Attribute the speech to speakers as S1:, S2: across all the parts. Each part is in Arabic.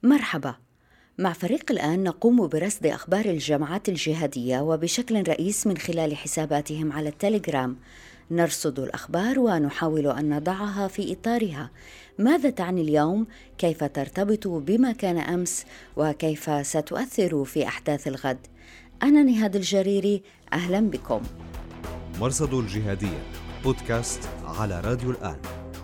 S1: مرحبا. مع فريق الآن نقوم برصد أخبار الجماعات الجهادية وبشكل رئيس من خلال حساباتهم على التليجرام. نرصد الأخبار ونحاول أن نضعها في إطارها. ماذا تعني اليوم؟ كيف ترتبط بما كان أمس؟ وكيف ستؤثر في أحداث الغد؟ أنا نهاد الجريري، أهلا بكم.
S2: مرصد الجهادية بودكاست على راديو الآن.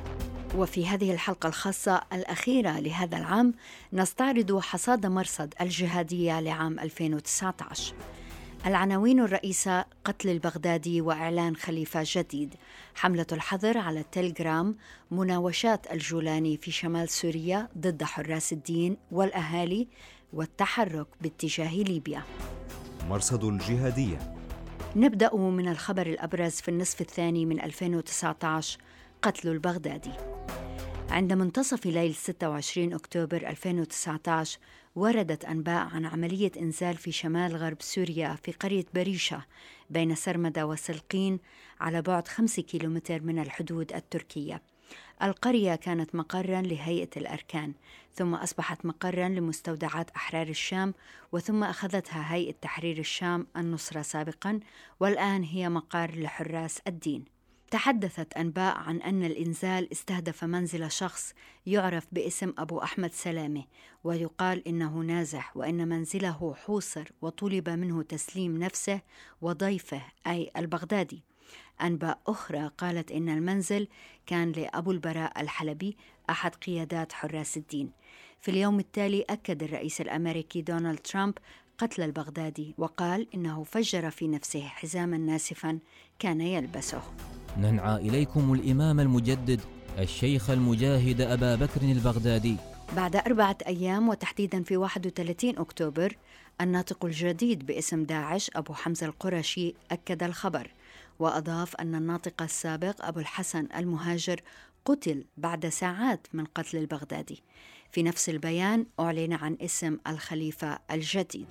S1: وفي هذه الحلقة الخاصة الأخيرة لهذا العام نستعرض حصاد مرصد الجهادية لعام 2019. العناوين الرئيسة: قتل البغدادي وإعلان خليفة جديد، حملة الحظر على التليجرام، مناوشات الجولاني في شمال سوريا ضد حراس الدين والأهالي، والتحرك باتجاه ليبيا.
S2: مرصد الجهادية.
S1: نبدأ من الخبر الأبرز في النصف الثاني من 2019: قتل البغدادي. عند منتصف ليل 26 أكتوبر 2019 وردت أنباء عن عملية إنزال في شمال غرب سوريا في قرية بريشة بين سرمدة وسلقين على بعد 5 كيلومتر من الحدود التركية. القرية كانت مقراً لهيئة الأركان، ثم أصبحت مقراً لمستودعات أحرار الشام، وثم أخذتها هيئة تحرير الشام النصرة سابقاً، والآن هي مقر لحراس الدين. تحدثت أنباء عن أن الإنزال استهدف منزل شخص يعرف باسم أبو أحمد سلامة، ويقال إنه نازح، وإن منزله حوصر وطلب منه تسليم نفسه وضيفه أي البغدادي. أنباء أخرى قالت إن المنزل كان لأبو البراء الحلبي أحد قيادات حراس الدين. في اليوم التالي أكد الرئيس الأمريكي دونالد ترامب قتل البغدادي، وقال إنه فجر في نفسه حزاما ناسفا كان يلبسه.
S3: ننعى إليكم الإمام المجدد الشيخ المجاهد أبا بكر البغدادي.
S1: بعد 4 أيام، وتحديدا في 31 أكتوبر، الناطق الجديد باسم داعش أبو حمزة القرشي أكد الخبر، وأضاف أن الناطق السابق أبو الحسن المهاجر قتل بعد ساعات من قتل البغدادي. في نفس البيان أعلن عن اسم الخليفة الجديد.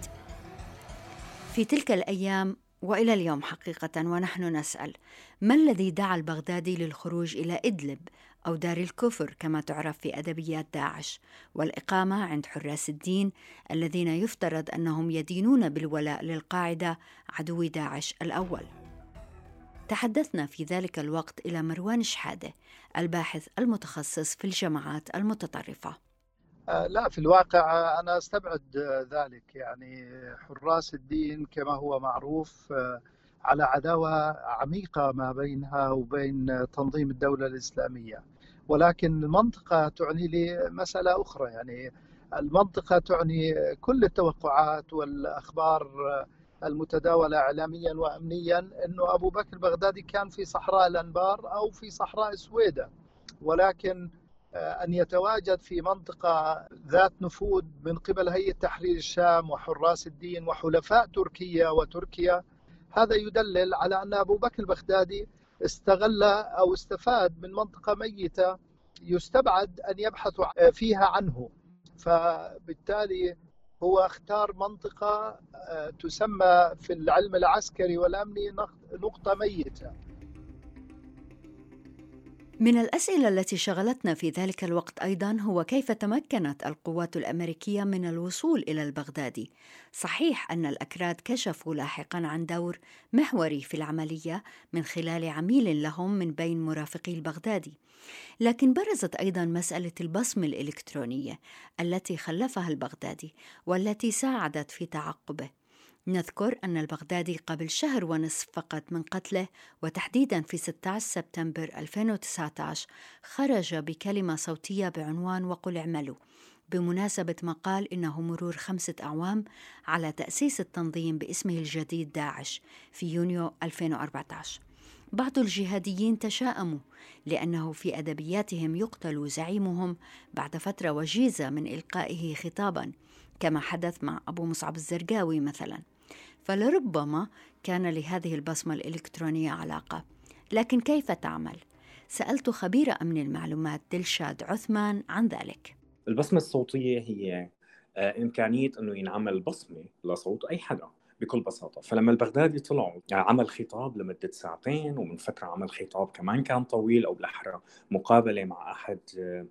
S1: في تلك الأيام وإلى اليوم حقيقة ونحن نسأل: ما الذي دعا البغدادي للخروج إلى إدلب أو دار الكفر كما تعرف في أدبيات داعش، والإقامة عند حراس الدين الذين يفترض أنهم يدينون بالولاء للقاعدة عدو داعش الأول؟ تحدثنا في ذلك الوقت إلى مروان شحادة، الباحث المتخصص في الجماعات المتطرفة.
S4: لا، في الواقع أنا أستبعد ذلك. يعني حراس الدين كما هو معروف على عداوة عميقة ما بينها وبين تنظيم الدولة الإسلامية، ولكن المنطقة تعني لي مسألة أخرى. يعني المنطقة تعني كل التوقعات والأخبار المتداولة إعلاميا وأمنيا أنه أبو بكر البغدادي كان في صحراء الأنبار أو في صحراء سويدة، ولكن أن يتواجد في منطقة ذات نفوذ من قبل هيئة تحرير الشام وحراس الدين وحلفاء تركيا، هذا يدلل على أن أبو بكر البغدادي استغل أو استفاد من منطقة ميتة يستبعد أن يبحثوا فيها عنه، فبالتالي هو اختار منطقة تسمى في العلم العسكري والأمني نقطة ميتة.
S1: من الأسئلة التي شغلتنا في ذلك الوقت أيضاً هو كيف تمكنت القوات الأمريكية من الوصول إلى البغدادي. صحيح أن الأكراد كشفوا لاحقاً عن دور محوري في العملية من خلال عميل لهم من بين مرافقي البغدادي، لكن برزت أيضاً مسألة البصمة الإلكترونية التي خلفها البغدادي والتي ساعدت في تعقبه. نذكر أن البغدادي قبل شهر ونصف فقط من قتله، وتحديداً في 16 سبتمبر 2019، خرج بكلمة صوتية بعنوان "وقل اعملوا" بمناسبة ما قال إنه مرور 5 أعوام على تأسيس التنظيم باسمه الجديد داعش في يونيو 2014. بعض الجهاديين تشاءموا لأنه في أدبياتهم يقتل زعيمهم بعد فترة وجيزة من إلقائه خطاباً، كما حدث مع أبو مصعب الزرقاوي مثلاً، فلربما كان لهذه البصمة الإلكترونية علاقة. لكن كيف تعمل؟ سألت خبير أمن المعلومات دلشاد عثمان عن ذلك.
S5: البصمة الصوتية هي إمكانية أنه ينعمل بصمة لصوت أي حدا بكل بساطة. فلما البغدادي طلع عمل خطاب لمدة 2 ساعة، ومن فترة عمل خطاب كمان كان طويل، أو بالأحرى مقابلة مع أحد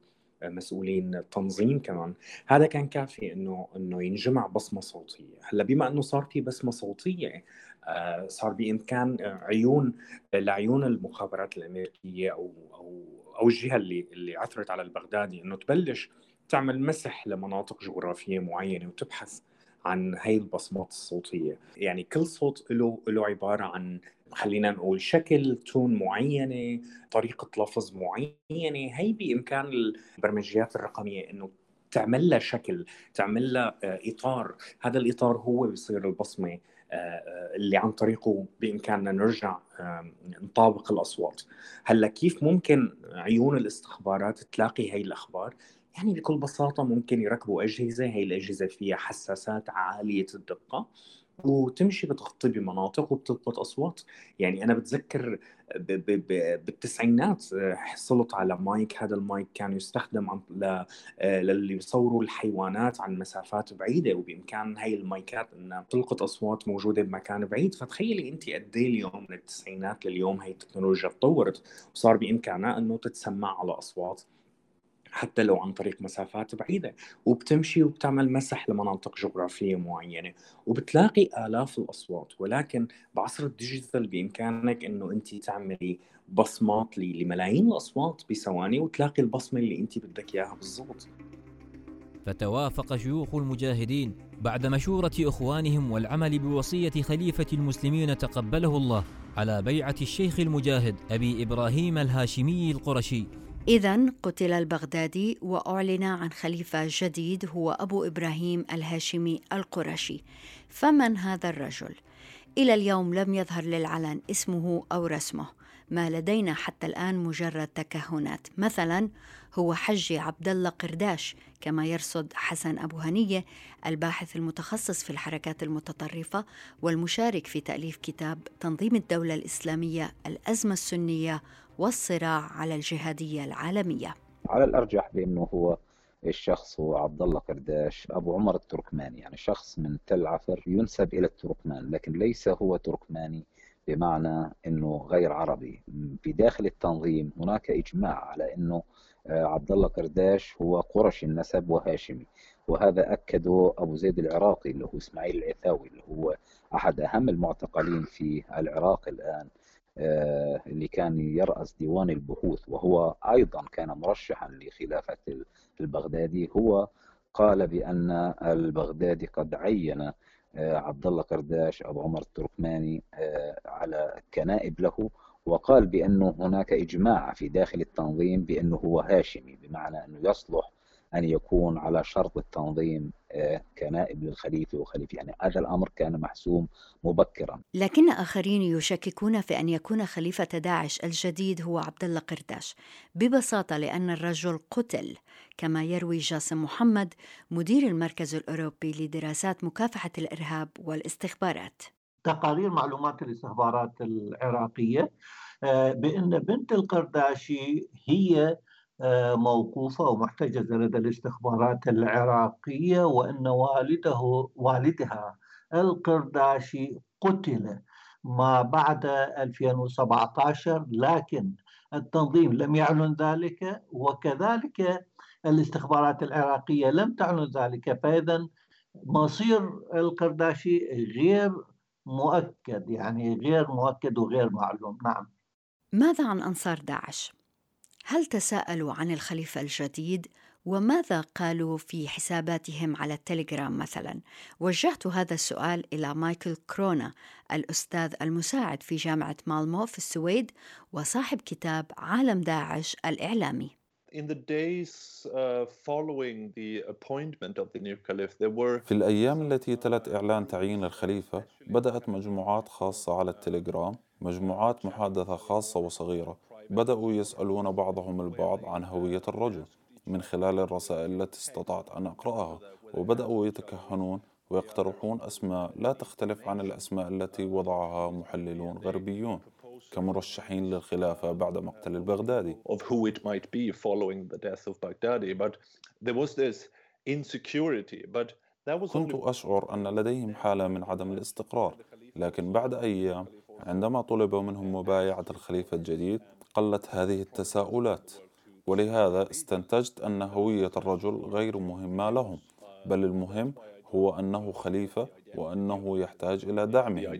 S5: مسؤولين التنظيم كمان، هذا كان كافي انه ينجمع بصمه صوتيه. هلا بما انه صار في بصمه صوتيه، صار بامكان لعيون المخابرات الامريكيه او الجهه اللي عثرت على البغدادي انه تبلش تعمل مسح لمناطق جغرافيه معينه وتبحث عن هاي البصمات الصوتيه. يعني كل صوت له عباره عن، خلينا نقول، شكل، تون معينه، طريقه لفظ معينه. هي بامكان البرمجيات الرقميه انه تعمل لها شكل، تعمل لها اطار. هذا الاطار هو بيصير البصمه اللي عن طريقه بإمكاننا نرجع نطابق الأصوات. هلا كيف ممكن عيون الاستخبارات تلاقي هاي الأخبار؟ يعني بكل بساطة ممكن يركبوا أجهزة، هاي الأجهزة فيها حساسات عالية الدقة وتمشي بتغطي بمناطق وبتلقط أصوات. يعني أنا بتذكر بالتسعينات حصلت على مايك. هذا المايك كان يستخدم للي بيصوروا الحيوانات عن مسافات بعيدة، وبإمكان هاي المايكات أنها تلقط أصوات موجودة بمكان بعيد. فتخيلي أنت قد إيه اليوم من التسعينات لليوم هاي التكنولوجيا تطورت وصار بإمكانها أنه تتسمع على أصوات حتى لو عن طريق مسافات بعيدة، وبتمشي وبتعمل مسح لمناطق جغرافية معينة وبتلاقي آلاف الأصوات. ولكن بعصر الديجيتال بإمكانك أنه أنت تعملي بصمات لملايين الأصوات بثواني وتلاقي البصمة اللي أنت بدك إياها بالضبط.
S3: فتوافق شيوخ المجاهدين بعد مشورة إخوانهم والعمل بوصية خليفة المسلمين تقبله الله على بيعة الشيخ المجاهد أبي إبراهيم الهاشمي القرشي.
S1: إذن قتل البغدادي وأعلن عن خليفة جديد هو أبو إبراهيم الهاشمي القرشي. فمن هذا الرجل؟ إلى اليوم لم يظهر للعلن اسمه أو رسمه، ما لدينا حتى الآن مجرد تكهنات. مثلا هو حجي عبد الله قرداش، كما يرصد حسن أبو هنية الباحث المتخصص في الحركات المتطرفة والمشارك في تأليف كتاب تنظيم الدولة الإسلامية، الأزمة السنية والصراع على الجهادية العالمية.
S6: على الأرجح بأنه هو الشخص هو عبد الله قرداش أبو عمر التركماني، يعني شخص من تل عفر ينسب إلى التركمان، لكن ليس هو تركماني بمعنى أنه غير عربي. في داخل التنظيم هناك إجماع على أنه عبد الله قرداش هو قرشي النسب وهاشمي، وهذا أكده أبو زيد العراقي اللي هو إسماعيل العثاوي اللي هو أحد أهم المعتقلين في العراق الآن، اللي كان يرأس ديوان البحوث وهو أيضا كان مرشحا لخلافة البغدادي. هو قال بأن البغدادي قد عين عبد الله قرداش أبو عمر التركماني على كنائب له، وقال بأنه هناك إجماع في داخل التنظيم بأنه هو هاشمي، بمعنى أنه يصلح أن يكون على شرط التنظيم كنائب للخليفة وخليفة. يعني هذا الأمر كان محسوم مبكرا.
S1: لكن آخرين يشككون في أن يكون خليفة داعش الجديد هو عبد الله قرداش، ببساطة لأن الرجل قتل، كما يروي جاسم محمد مدير المركز الأوروبي لدراسات مكافحة الإرهاب والاستخبارات.
S7: تقارير معلومات الاستخبارات العراقية بأن بنت القرداشي هي موقوفة ومحتجزة لدى الاستخبارات العراقية، وأن والدها القرداشي قتل ما بعد 2017، لكن التنظيم لم يعلن ذلك وكذلك الاستخبارات العراقية لم تعلن ذلك. فإذا مصير القرداشي غير مؤكد، يعني غير مؤكد وغير معلوم. نعم.
S1: ماذا عن أنصار داعش؟ هل تساءلوا عن الخليفة الجديد؟ وماذا قالوا في حساباتهم على التليجرام مثلا؟ وجهت هذا السؤال إلى مايكل كرونا، الأستاذ المساعد في جامعة مالمو في السويد وصاحب كتاب عالم داعش الإعلامي.
S8: في الأيام التي تلت إعلان تعيين الخليفة بدأت مجموعات خاصة على التليجرام، مجموعات محادثة خاصة وصغيرة، بدأوا يسألون بعضهم البعض عن هوية الرجل من خلال الرسائل التي استطعت أن أقرأها، وبدأوا يتكهنون ويقترحون أسماء لا تختلف عن الأسماء التي وضعها محللون غربيون كمرشحين للخلافة بعد مقتل البغدادي. كنت أشعر أن لديهم حالة من عدم الاستقرار، لكن بعد أيام عندما طلب منهم مبايعة الخليفة الجديد قلت هذه التساؤلات. ولهذا استنتجت أن هوية الرجل غير مهمة لهم، بل المهم هو أنه خليفة وأنه يحتاج إلى دعمهم.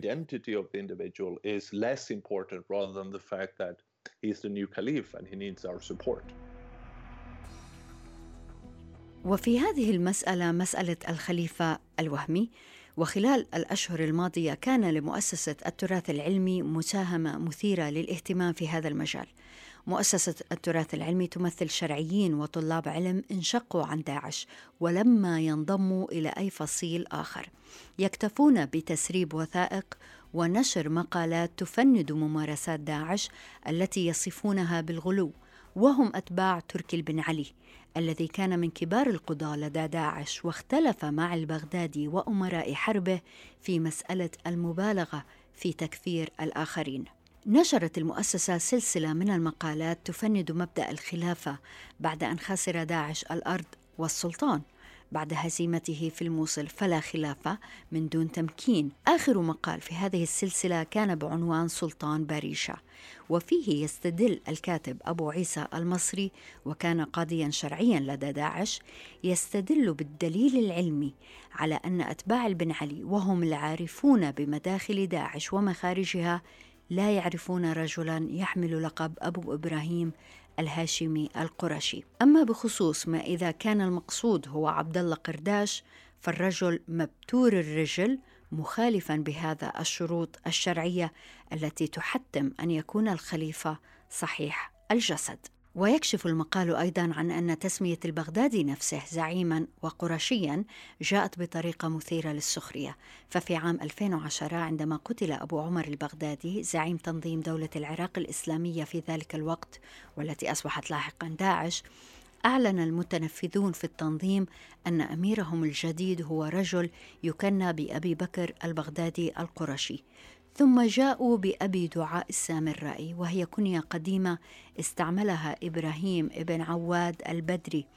S1: وفي هذه المسألة، مسألة الخليفة الوهمي، وخلال الأشهر الماضية كان لمؤسسة التراث العلمي مساهمة مثيرة للاهتمام في هذا المجال. مؤسسة التراث العلمي تمثل شرعيين وطلاب علم انشقوا عن داعش ولما ينضموا إلى أي فصيل آخر، يكتفون بتسريب وثائق ونشر مقالات تفند ممارسات داعش التي يصفونها بالغلو، وهم أتباع تركي بن علي الذي كان من كبار القضاة لدى داعش، واختلف مع البغدادي وأمراء حربه في مسألة المبالغة في تكفير الآخرين. نشرت المؤسسة سلسلة من المقالات تفند مبدأ الخلافة بعد أن خسر داعش الأرض والسلطان بعد هزيمته في الموصل، فلا خلافة من دون تمكين. آخر مقال في هذه السلسلة كان بعنوان سلطان باريشة، وفيه يستدل الكاتب أبو عيسى المصري، وكان قاضيا شرعيا لدى داعش، يستدل بالدليل العلمي على أن أتباع البن علي وهم العارفون بمداخل داعش ومخارجها لا يعرفون رجلا يحمل لقب أبو إبراهيم الهاشمي القرشي. أما بخصوص ما إذا كان المقصود هو عبد الله قرداش، فالرجل مبتور الرجل مخالفا بهذا الشروط الشرعية التي تحتم أن يكون الخليفة صحيح الجسد. ويكشف المقال أيضاً عن أن تسمية البغدادي نفسه زعيماً وقرشياً جاءت بطريقة مثيرة للسخرية. ففي عام 2010 عندما قتل أبو عمر البغدادي زعيم تنظيم دولة العراق الإسلامية في ذلك الوقت والتي أصبحت لاحقاً داعش، أعلن المتنفذون في التنظيم أن أميرهم الجديد هو رجل يكنى بأبي بكر البغدادي القرشي، ثم جاءوا بأبي دعاء السامرائي، وهي كنية قديمة استعملها إبراهيم ابن عواد البدري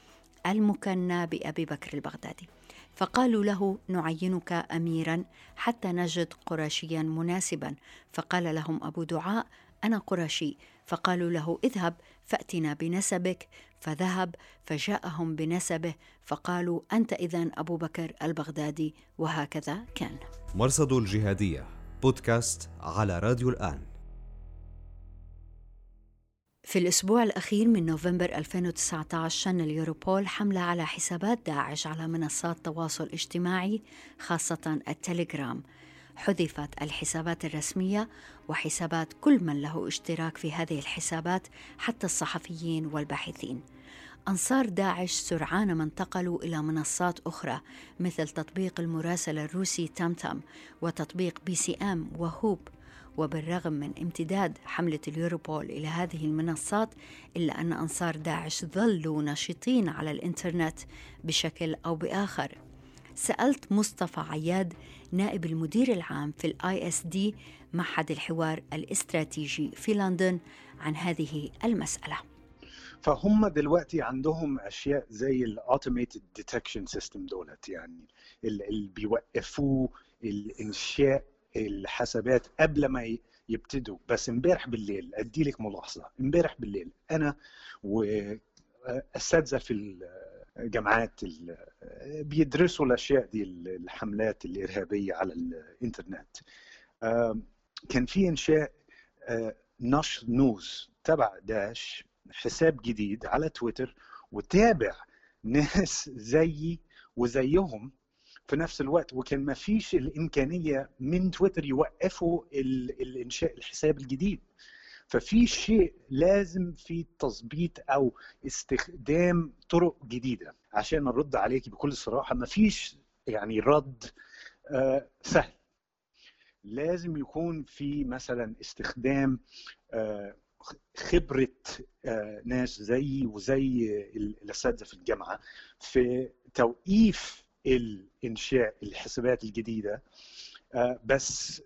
S1: المكنى بأبي بكر البغدادي، فقالوا له نعينك أميرا حتى نجد قرشيا مناسبا، فقال لهم أبو دعاء أنا قرشي، فقالوا له اذهب فأتنا بنسبك، فذهب فجاءهم بنسبه، فقالوا أنت إذن أبو بكر البغدادي، وهكذا كان.
S2: مرصد الجهادية بودكاست على راديو الآن.
S1: في الأسبوع الأخير من نوفمبر 2019 شن اليوروبول حملة على حسابات داعش على منصات تواصل اجتماعي خاصة التليجرام. حذفت الحسابات الرسمية وحسابات كل من له اشتراك في هذه الحسابات حتى الصحفيين والباحثين. أنصار داعش سرعان ما انتقلوا إلى منصات أخرى مثل تطبيق المراسلة الروسي تامتام وتطبيق BCM وهوب. وبالرغم من امتداد حملة اليوروبول إلى هذه المنصات، إلا أن أنصار داعش ظلوا نشيطين على الإنترنت بشكل أو بآخر. سألت مصطفى عياد نائب المدير العام في ISD معهد الحوار الاستراتيجي في لندن عن هذه المسألة.
S9: فهم دلوقتي عندهم أشياء زي الأوتوميتد ديتكشن سيستم دولت، يعني اللي بيوقفوا الإنشاء الحسابات قبل ما يبتدوا. بس امبارح بالليل أدي لك ملاحظة، امبارح بالليل أنا وأساتذة في الجامعات بيدرسوا الأشياء دي، الحملات الإرهابية على الإنترنت، كان في إنشاء نشر نوز تبع داعش، حساب جديد على تويتر، وتابع ناس زيي وزيهم في نفس الوقت، وكان ما فيش الإمكانية من تويتر يوقفوا الإنشاء الحساب الجديد. ففي شيء لازم في تظبيط أو استخدام طرق جديدة. عشان نرد عليك بكل صراحة، ما فيش يعني رد سهل، لازم يكون في مثلا استخدام خبرة ناس زي وزي الأساتذة في الجامعة في توقيف الإنشاء الحسابات الجديدة، بس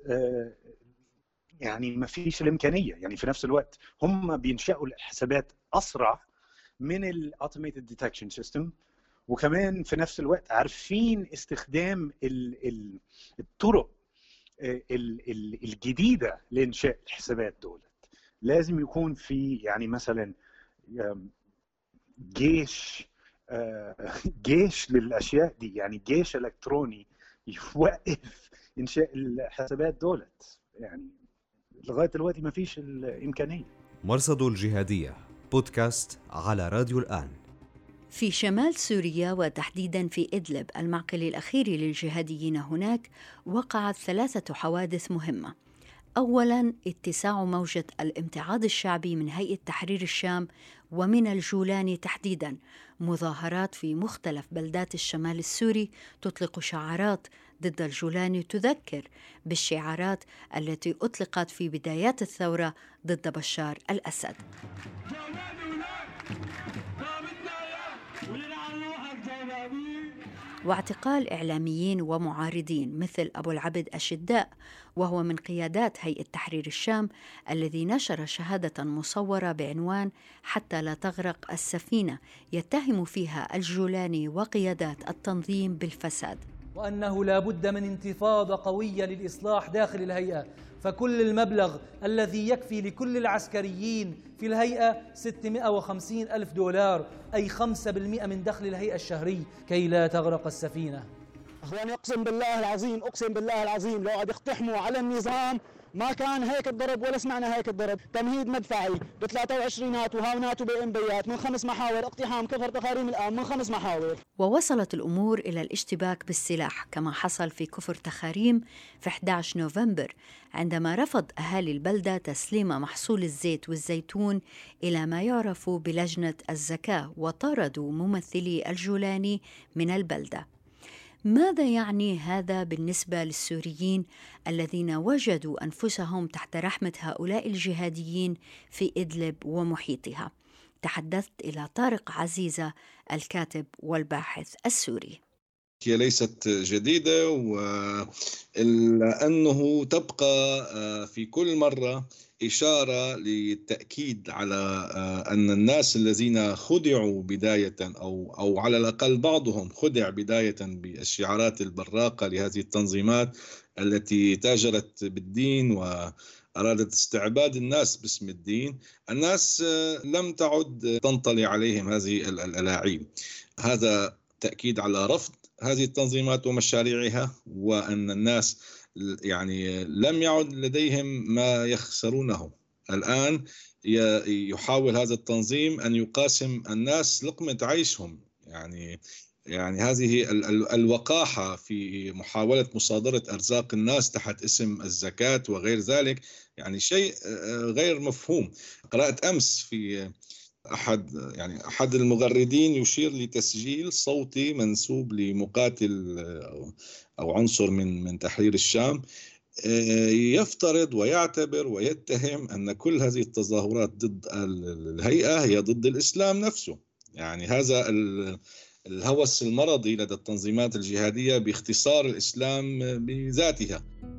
S9: يعني ما فيش الإمكانية. يعني في نفس الوقت هم بينشأوا الحسابات أسرع من الأوتوميتد ديتكشن سيستم، وكمان في نفس الوقت عارفين استخدام الطرق الجديدة لإنشاء الحسابات دولت. لازم يكون في يعني مثلا جيش للاشياء دي، يعني جيش الكتروني يوقف انشاء الحسابات دولت. يعني لغايه دلوقتي ما فيش الامكانيه.
S2: مرصد الجهادية بودكاست على راديو الآن.
S1: في شمال سوريا وتحديداً في إدلب المعقل الأخير للجهاديين هناك، وقعت 3 حوادث مهمة. أولاً، اتساع موجة الامتعاض الشعبي من هيئة تحرير الشام ومن الجولاني تحديداً، مظاهرات في مختلف بلدات الشمال السوري تطلق شعارات ضد الجولاني تذكر بالشعارات التي أطلقت في بدايات الثورة ضد بشار الأسد. واعتقال إعلاميين ومعارضين مثل أبو العبد الشداء، وهو من قيادات هيئة تحرير الشام، الذي نشر شهادة مصورة بعنوان حتى لا تغرق السفينة، يتهم فيها الجولاني وقيادات التنظيم بالفساد،
S10: وأنه لا بد من انتفاضة قوية للإصلاح داخل الهيئة، فكل المبلغ الذي يكفي لكل العسكريين في الهيئة 650,000 دولار، أي 5% من دخل الهيئة الشهري، كي لا تغرق السفينة.
S11: أخواني أقسم بالله العظيم لو قد يقتحموا على النظام ما كان هيك الضرب ولا سمعنا هيك الضرب. تمهيد مدفعي ب23 وهاونات وبإنبيات من 5 محاور، اقتحام كفر تخاريم الآن من 5 محاور.
S1: ووصلت الأمور إلى الاشتباك بالسلاح كما حصل في كفر تخاريم في 11 نوفمبر، عندما رفض أهالي البلدة تسليم محصول الزيت والزيتون إلى ما يعرف بلجنة الزكاة، وطردوا ممثلي الجولاني من البلدة. ماذا يعني هذا بالنسبة للسوريين الذين وجدوا أنفسهم تحت رحمة هؤلاء الجهاديين في إدلب ومحيطها؟ تحدثت إلى طارق عزيزة الكاتب والباحث السوري.
S12: هي ليست جديدة، وأنه تبقى في كل مرة إشارة للتأكيد على أن الناس الذين خدعوا بداية أو على الأقل بعضهم خدع بداية بالشعارات البراقة لهذه التنظيمات التي تاجرت بالدين وأرادت استعباد الناس باسم الدين، الناس لم تعد تنطلي عليهم هذه الألاعيب. هذا تأكيد على رفض هذه التنظيمات ومشاريعها، وأن الناس يعني لم يعد لديهم ما يخسرونه. الآن يحاول هذا التنظيم أن يقاسم الناس لقمة عيشهم، يعني هذه الوقاحة في محاولة مصادرة أرزاق الناس تحت اسم الزكاة وغير ذلك، يعني شيء غير مفهوم. قرأت أمس في أحد المغردين يشير لتسجيل صوتي منسوب لمقاتل أو عنصر من تحرير الشام، يفترض ويعتبر ويتهم أن كل هذه التظاهرات ضد الهيئة هي ضد الإسلام نفسه. يعني هذا الهوس المرضي لدى التنظيمات الجهادية باختصار الإسلام بذاتها.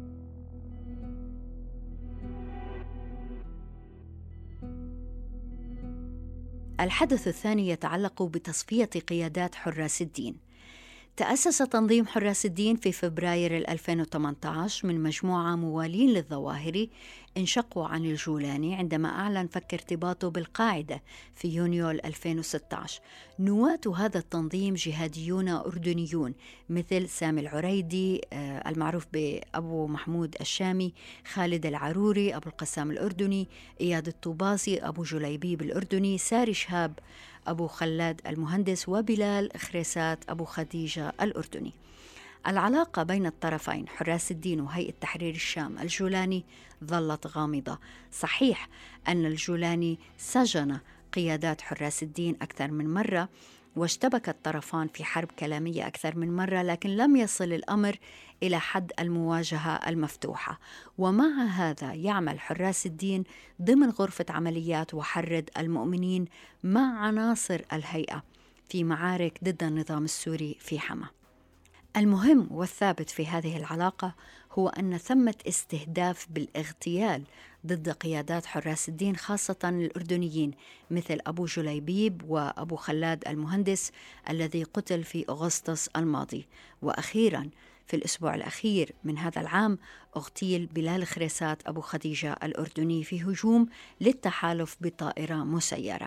S1: الحدث الثاني يتعلق بتصفية قيادات حراس الدين. تأسس تنظيم حراس الدين في فبراير 2018 من مجموعة موالين للظواهري انشقوا عن الجولاني عندما أعلن فك ارتباطه بالقاعدة في يونيو 2016. نواة هذا التنظيم جهاديون أردنيون مثل سامي العريدي المعروف بأبو محمود الشامي، خالد العروري أبو القسام الأردني، إياد الطوباسي أبو جليبيب الأردني، ساري شهاب أبو خلاد المهندس، وبلال خريسات أبو خديجة الأردني. العلاقة بين الطرفين حراس الدين وهيئة تحرير الشام الجولاني ظلت غامضة. صحيح أن الجولاني سجن قيادات حراس الدين أكثر من مرة، واشتبك الطرفان في حرب كلامية أكثر من مرة، لكن لم يصل الأمر إلى حد المواجهة المفتوحة. ومع هذا يعمل حراس الدين ضمن غرفة عمليات وحرد المؤمنين مع عناصر الهيئة في معارك ضد النظام السوري في حما. المهم والثابت في هذه العلاقة هو أن ثمة استهداف بالاغتيال ضد قيادات حراس الدين خاصة الأردنيين مثل أبو جليبيب وأبو خلاد المهندس الذي قتل في أغسطس الماضي. وأخيراً في الأسبوع الأخير من هذا العام اغتيل بلال خريسات أبو خديجة الأردني في هجوم للتحالف بطائرة مسيرة.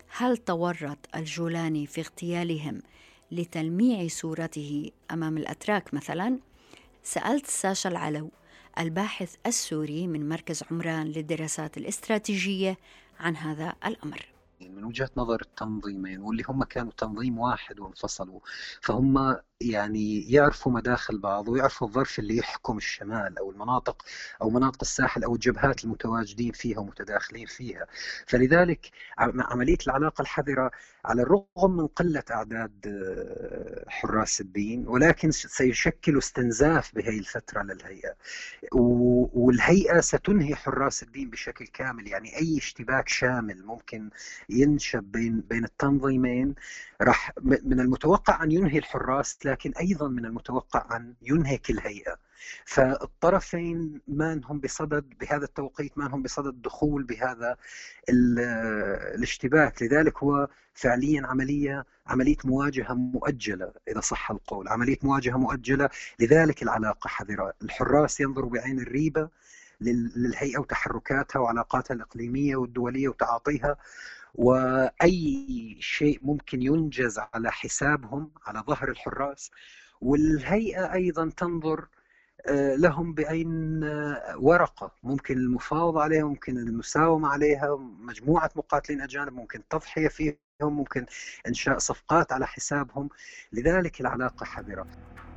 S1: هل تورط الجولاني في اغتيالهم لتلميع صورته أمام الأتراك مثلا؟ سألت ساشا العلو الباحث السوري من مركز عمران للدراسات الاستراتيجية عن هذا الأمر.
S13: من وجهة نظر التنظيمين واللي هم كانوا تنظيم واحد وانفصلوا، فهم يعني يعرفوا مداخل بعض ويعرفوا الظرف اللي يحكم الشمال أو المناطق أو مناطق الساحل أو الجبهات المتواجدين فيها ومتداخلين فيها. فلذلك عملية العلاقة الحذرة على الرغم من قلة أعداد حراس الدين، ولكن سيشكل استنزاف بهذه الفترة للهيئة، والهيئة ستنهي حراس الدين بشكل كامل. يعني أي اشتباك شامل ممكن ينشب بين التنظيمين راح من المتوقع أن ينهي الحراس، لكن أيضا من المتوقع أن ينهك الهيئة. فالطرفين ما هم بصدد بهذا التوقيت، ما هم بصدد الدخول بهذا الاشتباك. لذلك هو فعليا عملية مواجهة مؤجلة، إذا صح القول عملية مواجهة مؤجلة. لذلك العلاقة حذرة. الحراس ينظروا بعين الريبة للهيئة وتحركاتها وعلاقاتها الإقليمية والدولية وتعاطيها، وأي شيء ممكن ينجز على حسابهم على ظهر الحراس. والهيئة أيضا تنظر لهم بعين ورقة، ممكن المفاوضة عليها، ممكن المساومة عليها، مجموعة مقاتلين أجانب ممكن تضحية فيهم، ممكن إنشاء صفقات على حسابهم. لذلك العلاقة حذرة.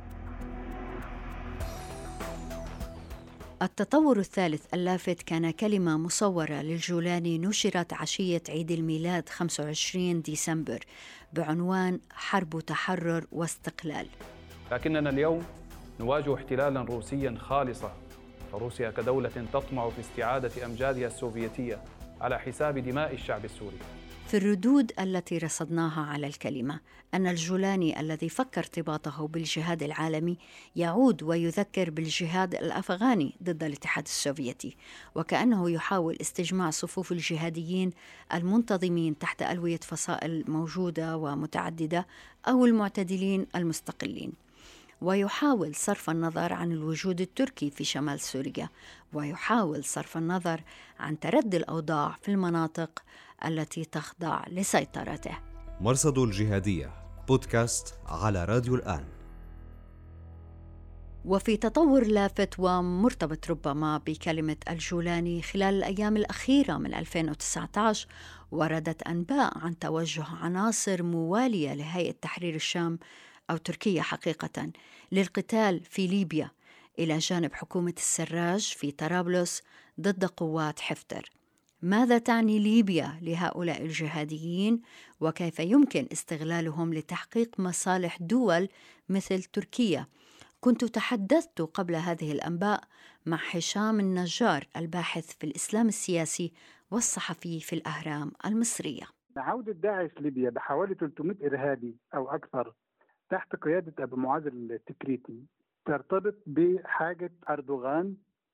S1: التطور الثالث اللافت كان كلمة مصورة للجولاني نشرت عشية عيد الميلاد 25 ديسمبر بعنوان حرب تحرر واستقلال.
S14: لكننا اليوم نواجه احتلالاً روسياً خالصاً، فروسيا كدولة تطمع في استعادة أمجادها السوفيتية على حساب دماء الشعب السوري.
S1: في الردود التي رصدناها على الكلمة أن الجولاني الذي فك ارتباطه بالجهاد العالمي يعود ويذكر بالجهاد الأفغاني ضد الاتحاد السوفيتي، وكأنه يحاول استجماع صفوف الجهاديين المنتظمين تحت ألوية فصائل موجودة ومتعددة أو المعتدلين المستقلين، ويحاول صرف النظر عن الوجود التركي في شمال سوريا، ويحاول صرف النظر عن تردي الأوضاع في المناطق التي تخضع لسيطرته.
S2: مرصد الجهادية بودكاست على راديو الآن.
S1: وفي تطور لافت ومرتبط ربما بكلمة الجولاني، خلال الأيام الأخيرة من 2019 وردت أنباء عن توجه عناصر موالية لهيئة تحرير الشام أو تركيا حقيقة للقتال في ليبيا إلى جانب حكومة السراج في طرابلس ضد قوات حفتر. ماذا تعني ليبيا لهؤلاء الجهاديين، وكيف يمكن استغلالهم لتحقيق مصالح دول مثل تركيا؟ كنت تحدثت قبل هذه الأنباء مع هشام النجار الباحث في الإسلام السياسي والصحفي في الأهرام المصرية.
S15: عودة داعش ليبيا بحوالي 300 إرهابي أو أكثر تحت قيادة أبو معاذ التكريتي ترتبط بحاجة أردوغان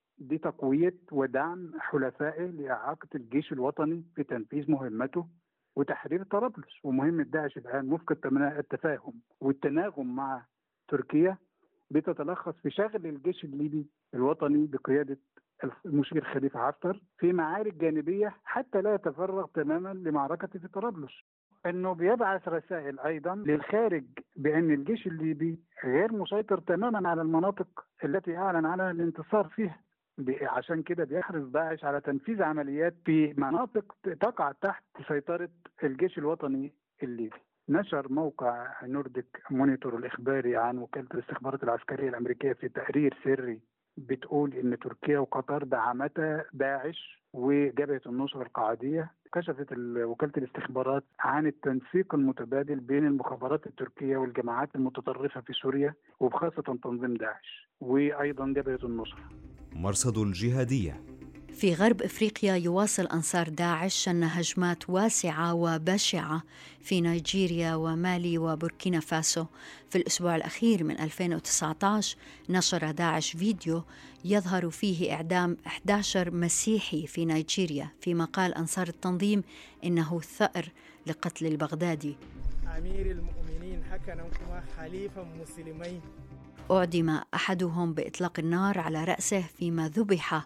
S15: بتقوية ودعم حلفائه لإعاقة الجيش الوطني في تنفيذ مهمته وتحرير طرابلس. ومهمة داعش الآن وفق التفاهم والتناغم مع تركيا بتتلخص في شغل الجيش الليبي الوطني بقيادة المشير خليفة حفتر في معارك جانبية حتى لا يتفرغ تماما لمعركة في طرابلس. انه بيبعث رسائل ايضا للخارج بان الجيش الليبي غير مسيطر تماما على المناطق التي اعلن عنها الانتصار فيها، عشان كده بيحرص داعش على تنفيذ عمليات في مناطق تقع تحت سيطرة الجيش الوطني الليبي. نشر موقع نورديك مونيتور الإخباري عن وكالة الاستخبارات العسكرية الأمريكية في تقرير سري بتقول إن تركيا وقطر دعمتا داعش وجبهة النصرة القاعدية. كشفت وكالة الاستخبارات عن التنسيق المتبادل بين المخابرات التركية والجماعات المتطرفة في سوريا وبخاصة تنظيم داعش وأيضا جبهة النصرة.
S2: مرصد الجهادية.
S1: في غرب إفريقيا يواصل أنصار داعش شن هجمات واسعة وبشعة في نيجيريا ومالي وبوركينا فاسو. في الأسبوع الأخير من 2019 نشر داعش فيديو يظهر فيه إعدام 11 مسيحي في نيجيريا، فيما قال أنصار التنظيم إنه ثأر لقتل البغدادي.
S16: أمير المؤمنين حكمكما خليفة مسلمين.
S1: أعدم أحدهم بإطلاق النار على رأسه، فيما ذبح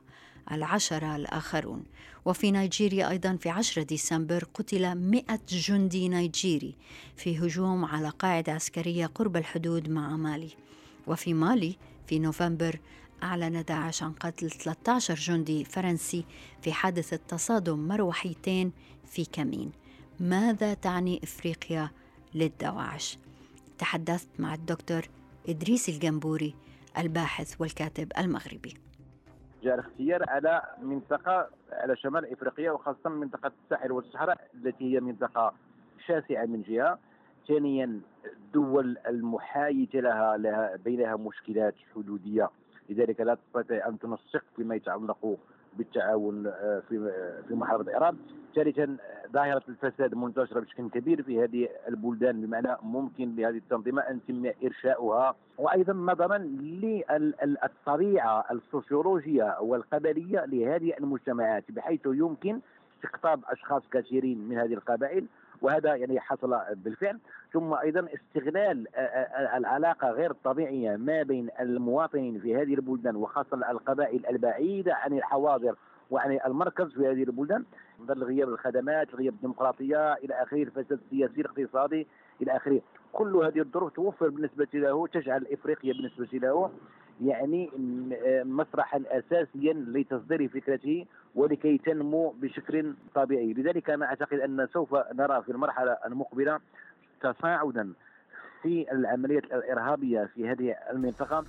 S1: 10 الآخرون. وفي نيجيريا أيضا في 10 ديسمبر قتل 100 جندي نيجيري في هجوم على قاعدة عسكرية قرب الحدود مع مالي. وفي مالي في نوفمبر أعلن داعش عن قتل 13 جندي فرنسي في حادث تصادم مروحيتين في كمين. ماذا تعني إفريقيا للدواعش؟ تحدثت مع الدكتور إدريس الجنبوري الباحث والكاتب المغربي.
S17: جاء الاختيار على منطقة على شمال إفريقيا وخاصة منطقة الساحل والصحراء التي هي منطقة شاسعة من جهة، ثانيا الدول المحايدة لها بينها مشكلات حدودية، لذلك لا تستطيع أن تنسق فيما يتعلق بالتعاون في محاربة الإرهاب. ثالثا ظاهرة الفساد منتشرة بشكل كبير في هذه البلدان، بمعنى ممكن لهذه التنظيمة أن يتم إرشاؤها. وأيضا نظرا للطبيعة السوسيولوجية والقبلية لهذه المجتمعات، بحيث يمكن استقطاب أشخاص كثيرين من هذه القبائل، وهذا يعني حصل بالفعل. ثم أيضا استغلال العلاقة غير الطبيعية ما بين المواطنين في هذه البلدان وخاصة القبائل البعيدة عن الحواضر وعن المركز في هذه البلدان، مثل غياب الخدمات، غياب الديمقراطية إلى آخره، الفساد السياسي الاقتصادي إلى آخره. كل هذه الظروف توفر بالنسبة له، تجعل إفريقيا بالنسبة له يعني مسرحا أساسيا لتصدير فكرته ولكي تنمو بشكل طبيعي. لذلك أنا أعتقد أن سوف نرى في المرحلة المقبلة تصاعدا في العمليات الإرهابية في هذه المنطقة.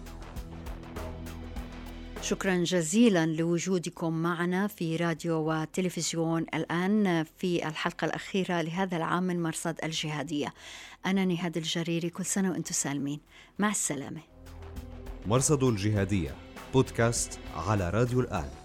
S1: شكرا جزيلا لوجودكم معنا في راديو وتلفزيون الآن في الحلقة الأخيرة لهذا العام من مرصد الجهادية. أنا نهاد الجريري، كل سنة وأنتم سالمين، مع السلامة.
S2: مرصد الجهادية بودكاست على راديو الآن.